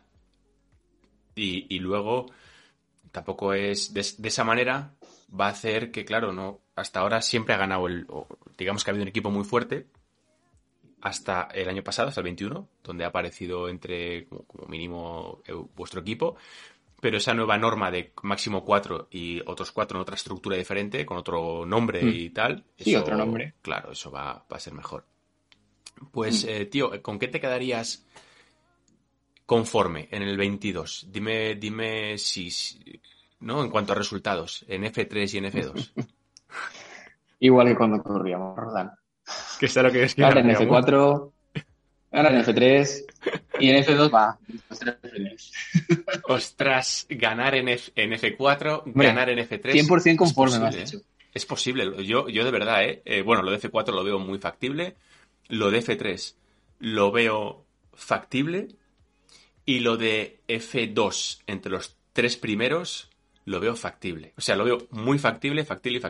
Y luego, tampoco es de esa manera, va a hacer que, claro, no hasta ahora siempre ha ganado digamos que ha habido un equipo muy fuerte hasta el año pasado, hasta el 21, donde ha aparecido como mínimo vuestro equipo. pero esa nueva norma de máximo 4 y otros 4 en otra estructura diferente, con otro nombre y tal. Sí, eso, otro nombre. Claro, eso va a ser mejor. Pues, tío, ¿con qué te quedarías conforme en el 22? Dime si, ¿no? En cuanto a resultados, en F3 y en F2. Igual que cuando corríamos, Roldán. Que sea lo que es que Ganar en F4, ganar en F3 y en F2 va. Los 3 primeros. Ostras, ganar en F4, Hombre, ganar en F3. 100% conforme, me has posible, dicho. Es posible. Yo de verdad, bueno, lo de F4 lo veo muy factible. Lo de F3 lo veo factible. Y lo de F2 entre los 3 primeros lo veo factible. O sea, lo veo muy factible.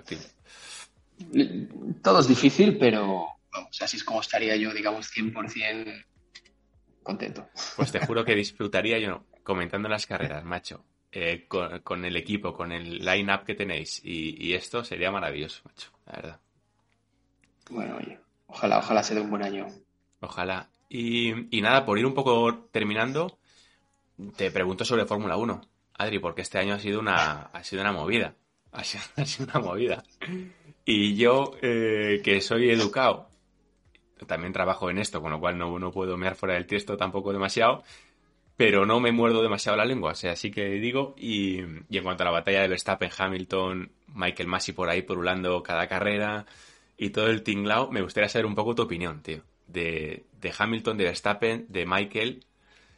Todo es difícil, pero vamos, así es como estaría yo, digamos, 100% contento. Pues te juro que disfrutaría yo comentando las carreras, macho. Con el equipo, con el line-up que tenéis. Y esto sería maravilloso, macho, la verdad. Bueno, oye, ojalá se dé un buen año. Ojalá. Y nada, por ir un poco terminando, te pregunto sobre Fórmula 1, Adri, porque este año ha sido una movida. Ha sido una movida. Y yo, que soy educado, también trabajo en esto, con lo cual no puedo mear fuera del tiesto tampoco demasiado, pero no me muerdo demasiado la lengua, o sea, así que digo. Y en cuanto a la batalla de Verstappen, Hamilton, Michael Masi por ahí porulando cada carrera y todo el tinglao, me gustaría saber un poco tu opinión, tío, de Hamilton, de Verstappen, de Michael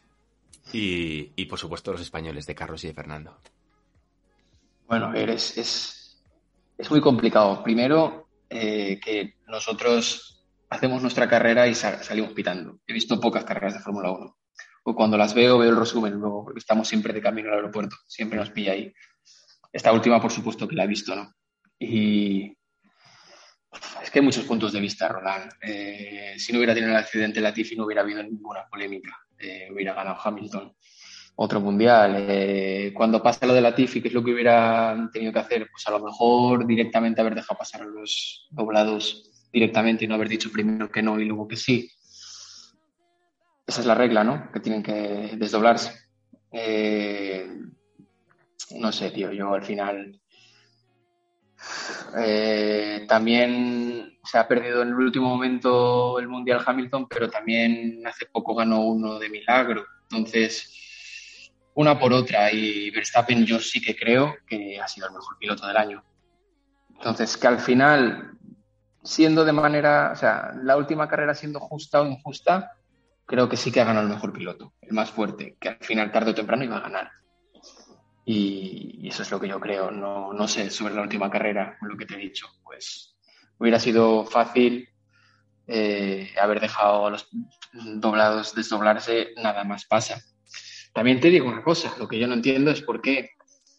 y por supuesto los españoles, de Carlos y de Fernando. Bueno, es muy complicado. Primero, que nosotros hacemos nuestra carrera y salimos pitando. He visto pocas carreras de Fórmula 1. O cuando las veo el resumen luego, porque estamos siempre de camino al aeropuerto. Siempre nos pilla ahí. Esta última, por supuesto, que la he visto, ¿no? Y es que hay muchos puntos de vista, Roland. Si no hubiera tenido el accidente Latifi, no hubiera habido ninguna polémica. Hubiera ganado Hamilton otro mundial. Cuando pasa lo de Latifi, ¿qué es lo que hubiera tenido que hacer? Pues a lo mejor directamente haber dejado pasar a los doblados directamente y no haber dicho primero que no y luego que sí. Esa es la regla, ¿no? Que tienen que desdoblarse. No sé, tío, yo al final también se ha perdido en el último momento el Mundial Hamilton, pero también hace poco ganó uno de milagro. Entonces, una por otra, y Verstappen yo sí que creo que ha sido el mejor piloto del año. Entonces, que al final, siendo de manera, o sea, la última carrera siendo justa o injusta, creo que sí que ha ganado el mejor piloto, el más fuerte, que al final tarde o temprano iba a ganar. Y eso es lo que yo creo. No sé sobre la última carrera, lo que te he dicho. Pues hubiera sido fácil haber dejado a los doblados desdoblarse, nada más pasa. También te digo una cosa, lo que yo no entiendo es por qué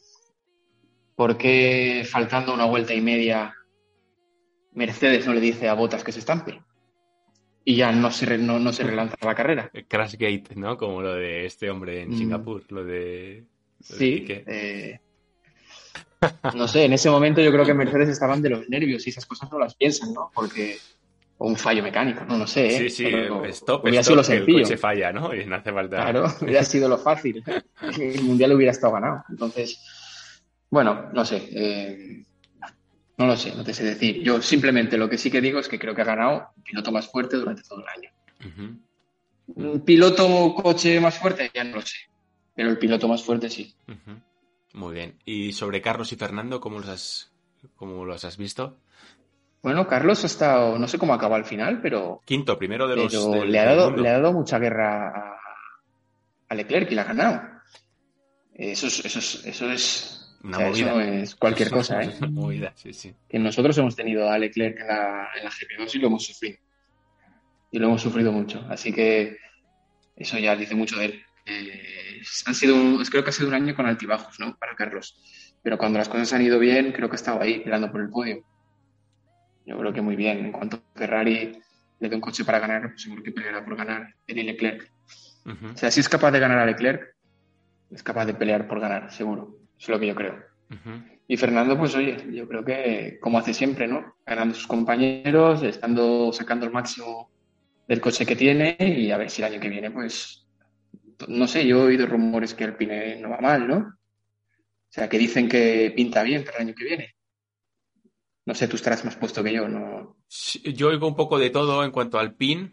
faltando una vuelta y media Mercedes no le dice a Bottas que se estampe y ya no se relanza la carrera. Crashgate, ¿no? Como lo de este hombre en Singapur, lo de... Sí, no sé, en ese momento yo creo que Mercedes estaban de los nervios y esas cosas no las piensan, ¿no? Porque o un fallo mecánico, no sé. Sí, stop, hubiera sido lo sencillo. El coche falla, ¿no? Y no hace falta... Claro, hubiera sido lo fácil. El Mundial hubiera estado ganado. Entonces, bueno, no sé. No lo sé, no te sé decir. Yo simplemente lo que sí que digo es que creo que ha ganado el piloto más fuerte durante todo el año. Uh-huh. ¿Piloto coche más fuerte? Ya no lo sé. Pero el piloto más fuerte sí. Uh-huh. Muy bien. ¿Y sobre Carlos y Fernando, cómo los has visto? Bueno, Carlos ha estado, no sé cómo acaba al final, pero... Quinto, primero de los... Pero le ha dado mucha guerra a Leclerc y la ha ganado. Eso es una movida. Eso no es cualquier cosa, ¿eh? Una movida, sí. Que nosotros hemos tenido a Leclerc en la GP2 y lo hemos sufrido. Y lo hemos sufrido mucho. Así que eso ya dice mucho de él. Creo que ha sido un año con altibajos, ¿no? Para Carlos. Pero cuando las cosas han ido bien, creo que ha estado ahí, peleando por el podio. Yo creo que muy bien. En cuanto a Ferrari le dé un coche para ganar, pues seguro que peleará por ganar él y Leclerc. Uh-huh. O sea, si es capaz de ganar a Leclerc, es capaz de pelear por ganar, seguro. Eso es lo que yo creo. Uh-huh. Y Fernando, pues oye, yo creo que como hace siempre, ¿no? Ganando a sus compañeros, sacando el máximo del coche que tiene y a ver si el año que viene, pues... No sé, yo he oído rumores que Alpine no va mal, ¿no? O sea, que dicen que pinta bien para el año que viene. No sé, tú estarás más puesto que yo, ¿no? Sí, yo oigo un poco de todo en cuanto al PIN.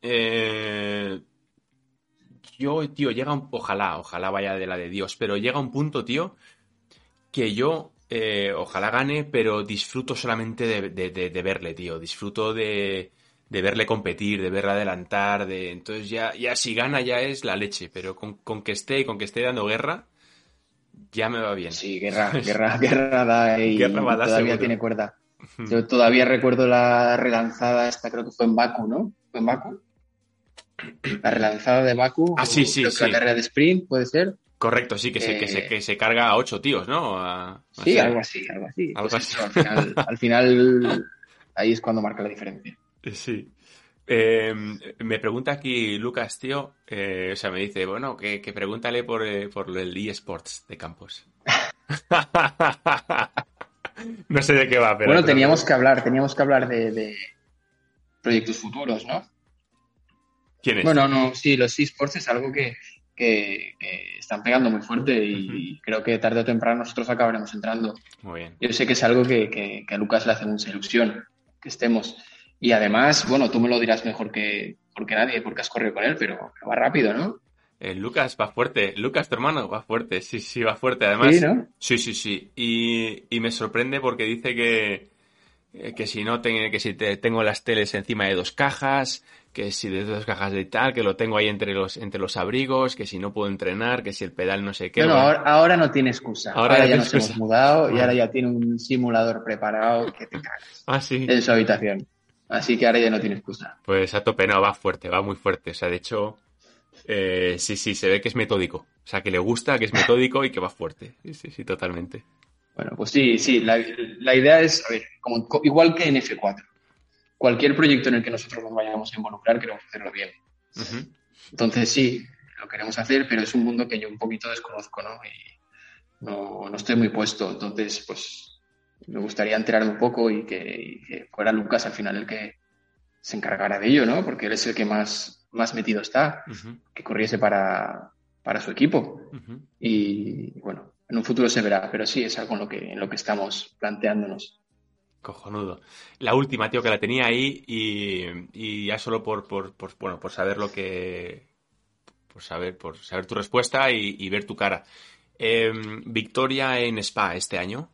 Tío, ojalá vaya de la de Dios, pero llega un punto, tío, que yo ojalá gane, pero disfruto solamente de verle, tío. Disfruto de verle competir, de verle adelantar, entonces ya si gana ya es la leche, pero con que esté dando guerra, ya me va bien. Sí, guerra da y Guerra va a dar todavía seguro. tiene cuerda. Yo todavía recuerdo la relanzada esta, creo que fue en Baku, ¿no? ¿Fue en Baku? La relanzada de Baku, Ah, sí, sí, creo que sí. la carrera de sprint, ¿puede ser? Correcto, sí, que se carga a 8 tíos, ¿no? No Sí, sé, algo así. algo Pues así. eso, al final, ahí es cuando marca la diferencia. Sí. Me pregunta aquí Lucas, tío, o sea, me dice, bueno, que pregúntale por el eSports de Campos. No sé de qué va, pero... Bueno, teníamos que hablar de proyectos futuros, ¿no? ¿Quién es? Bueno, no, sí, los esports es algo que están pegando muy fuerte y creo que tarde o temprano nosotros acabaremos entrando. Muy bien. Yo sé que es algo que a Lucas le hace mucha ilusión que estemos. Y además, bueno, tú me lo dirás mejor que nadie, porque has corrido con él, pero va rápido, ¿no? Lucas va fuerte. Lucas, tu hermano, va fuerte. Sí, sí, va fuerte. Sí, Además, ¿no? sí. Y me sorprende porque dice que si no tengo las teles encima de 2 cajas, que si de 2 cajas de tal, que lo tengo ahí entre los abrigos, que si no puedo entrenar, que si el pedal no sé qué. Bueno, Bueno, ahora no tiene excusa. ahora Ahora ya ya tiene nos hemos excusa. mudado y Bueno. ahora ya tiene un simulador preparado que te cagas Ah, sí. en su habitación. Así que ahora ya no tiene excusa. Pues a tope, no, va fuerte, va muy fuerte. O sea, de hecho, sí, se ve que es metódico. O sea, que le gusta, que es metódico y que va fuerte. Sí, totalmente. Bueno, pues sí, la idea es, a ver, igual que en F4. Cualquier proyecto en el que nosotros nos vayamos a involucrar, queremos hacerlo bien. Uh-huh. Entonces sí, lo queremos hacer, pero es un mundo que yo un poquito desconozco, ¿no? Y no estoy muy puesto. Entonces, pues me gustaría enterarme un poco y que fuera Lucas al final el que se encargara de ello, ¿no? Porque él es el que más metido está, Uh-huh. que corriese para su equipo. Uh-huh. Y bueno, en un futuro se verá, pero sí es algo en lo que estamos planteándonos. Cojonudo. La última, tío, que la tenía ahí y ya solo por saber lo que... Por saber tu respuesta y ver tu cara. Victoria en Spa este año,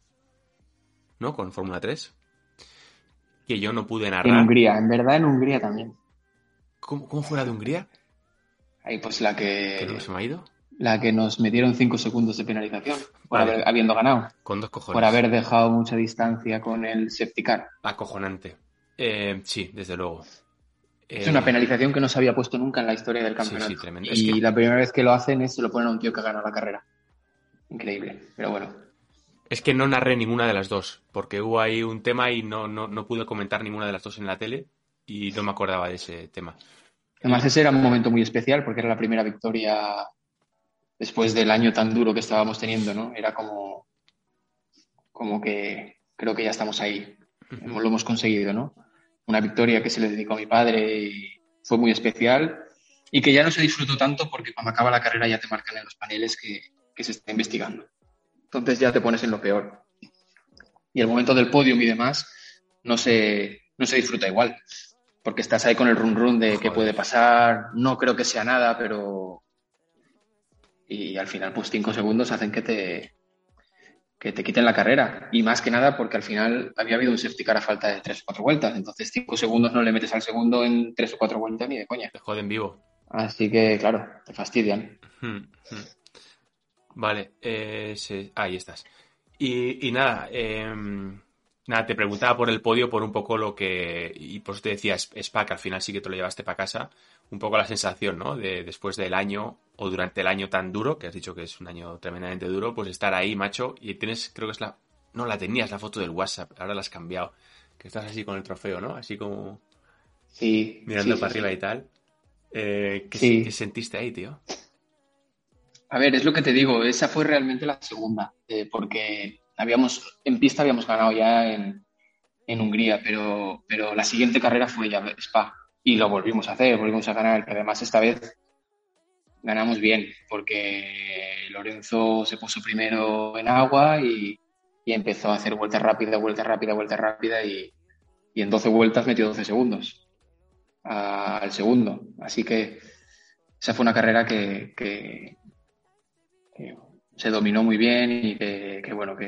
¿no? Con Fórmula 3. Que yo no pude En narrar. Hungría, en verdad en Hungría también. ¿Cómo fue la de Hungría? Ahí pues ¿Que no se me ha ido? la que nos metieron 5 segundos de penalización por Vale. habiendo ganado, Con 2 cojones. por haber dejado mucha distancia con el safety car. Acojonante. Sí, desde luego. Es una penalización que no se había puesto nunca en la historia del campeonato. Sí, tremendo. Y Es que... la primera vez que lo hacen es se lo ponen a un tío que ha ganado la carrera. Increíble, pero bueno. Es que no narré ninguna de las dos, porque hubo ahí un tema y no pude comentar ninguna de las dos en la tele y no me acordaba de ese tema. Además ese era un momento muy especial porque era la primera victoria después del año tan duro que estábamos teniendo, ¿no? Era como que creo que ya estamos ahí. Uh-huh. Lo hemos conseguido, ¿no? Una victoria que se le dedicó a mi padre y fue muy especial y que ya no se disfrutó tanto porque cuando acaba la carrera ya te marcan en los paneles que se está investigando. Entonces ya te pones en lo peor. Y el momento del podium y demás no se disfruta igual porque estás ahí con el run run de qué puede pasar. No creo que sea nada, pero... Y al final pues 5 segundos hacen que te quiten la carrera. Y más que nada porque al final había habido un safety car a falta de 3 o 4 vueltas. Entonces 5 segundos no le metes al segundo en 3 o 4 vueltas ni de coña. Te joden vivo. Así que, claro, te fastidian. Vale, ahí estás. Y nada, te preguntaba por el podio, por un poco lo que... Y por eso te decía, Spa, que al final sí que te lo llevaste para casa. Un poco la sensación, ¿no? De después del año o durante el año tan duro, que has dicho que es un año tremendamente duro, pues estar ahí, macho. Y tienes, creo que es la... No, la tenías, la foto del WhatsApp, ahora la has cambiado. Que estás así con el trofeo, ¿no? Así como... Sí. Mirando sí, para sí, arriba sí. y tal. ¿Qué sentiste ahí, tío? A ver, es lo que te digo, esa fue realmente la segunda, porque en pista habíamos ganado ya en Hungría, pero la siguiente carrera fue ya Spa y lo volvimos a hacer, volvimos a ganar, que además esta vez ganamos bien, porque Lorenzo se puso primero en agua y empezó a hacer vuelta rápida y en 12 vueltas metió 12 segundos al segundo. Así que esa fue una carrera que se dominó muy bien y que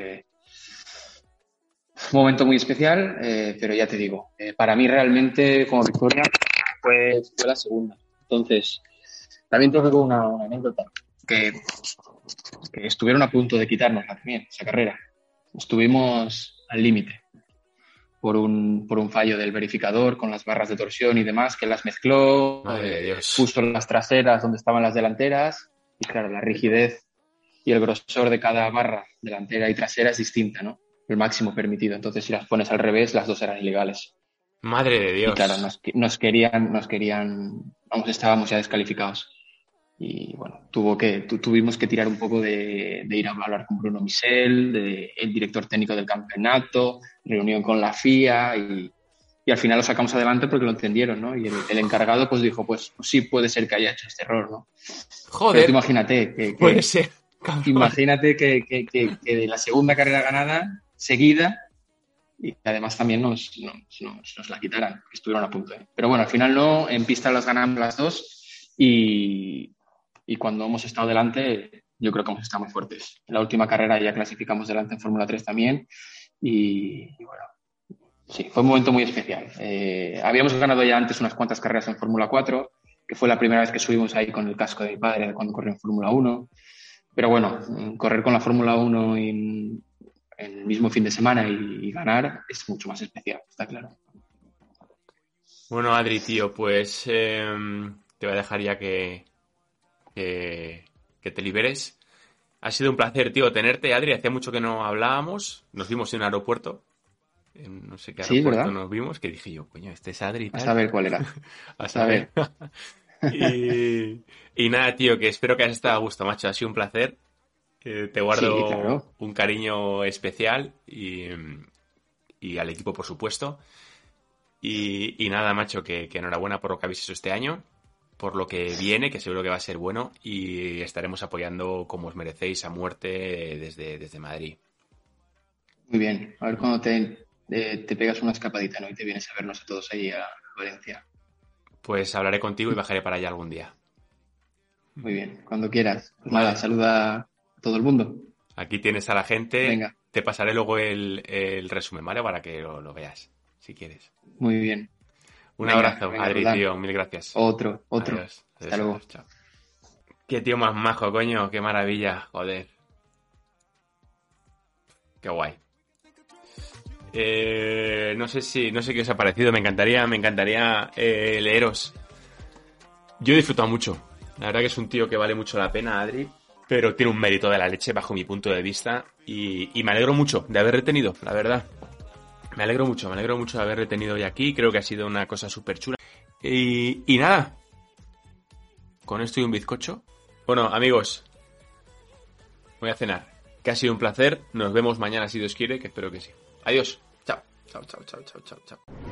fue un momento muy especial, pero ya te digo, para mí realmente como victoria fue la segunda. Entonces, también tengo que una anécdota, que estuvieron a punto de quitarnos también esa carrera. Estuvimos al límite por un fallo del verificador con las barras de torsión y demás, que las mezcló, Madre de Dios. puso las traseras donde estaban las delanteras, y claro, la rigidez y el grosor de cada barra delantera y trasera es distinta, ¿no? El máximo permitido. Entonces, si las pones al revés, las dos eran ilegales. Madre de Dios. Y claro, nos querían, vamos, estábamos ya descalificados. Y bueno, tuvimos que tirar un poco de ir a hablar con Bruno Misel, el director técnico del campeonato, reunión con la FIA y al final lo sacamos adelante porque lo entendieron, ¿no? Y el encargado pues dijo, pues sí puede ser que haya hecho este error, ¿no? Joder. Pero tú imagínate que puede ser. Cabrón. Imagínate que de la segunda carrera ganada, seguida, y además también nos la quitaran, que estuvieron a punto. Pero bueno, al final no, en pista las ganamos las dos y cuando hemos estado delante, yo creo que hemos estado muy fuertes. En la última carrera ya clasificamos delante en Fórmula 3 también y bueno, sí, fue un momento muy especial. Habíamos ganado ya antes unas cuantas carreras en Fórmula 4, que fue la primera vez que subimos ahí con el casco de mi padre cuando corrió en Fórmula 1. Pero bueno, correr con la Fórmula 1 en el mismo fin de semana y ganar es mucho más especial, está claro. Bueno, Adri, tío, pues te voy a dejar ya que te liberes. Ha sido un placer, tío, tenerte, Adri. Hacía mucho que no hablábamos. Nos vimos en un aeropuerto. En no sé qué aeropuerto, ¿verdad? Nos vimos, que dije yo, coño, este es Adri. A saber cuál era. A saber. Y nada, tío, que espero que hayas estado a gusto, macho. Ha sido un placer. Te guardo sí, claro. Un cariño especial y al equipo, por supuesto. Y nada, macho, que enhorabuena por lo que habéis hecho este año, por lo que viene, que seguro que va a ser bueno, y estaremos apoyando como os merecéis a muerte desde Madrid. Muy bien. A ver cuando te pegas una escapadita, ¿no? Y te vienes a vernos a todos ahí a Valencia. Pues hablaré contigo y bajaré para allá algún día. Muy bien, cuando quieras. Pues nada, saluda a todo el mundo. Aquí tienes a la gente. Venga. Te pasaré luego el resumen, ¿vale? Para que lo veas, si quieres. Muy bien. Un abrazo, Adri, tío. Mil gracias. Otro. Adiós. Hasta luego. Chao. Qué tío más majo, coño. Qué maravilla, joder. Qué guay. No sé qué os ha parecido. Me encantaría leeros. Yo he disfrutado mucho. La verdad que es un tío que vale mucho la pena, Adri, pero tiene un mérito de la leche bajo mi punto de vista y me alegro mucho de haber retenido, la verdad. Me alegro mucho de haber retenido hoy aquí. Creo que ha sido una cosa súper chula. Y nada. Con esto y un bizcocho. Bueno, amigos, voy a cenar. Que ha sido un placer. Nos vemos mañana si Dios quiere, que espero que sí. Adiós. Chao. Chao.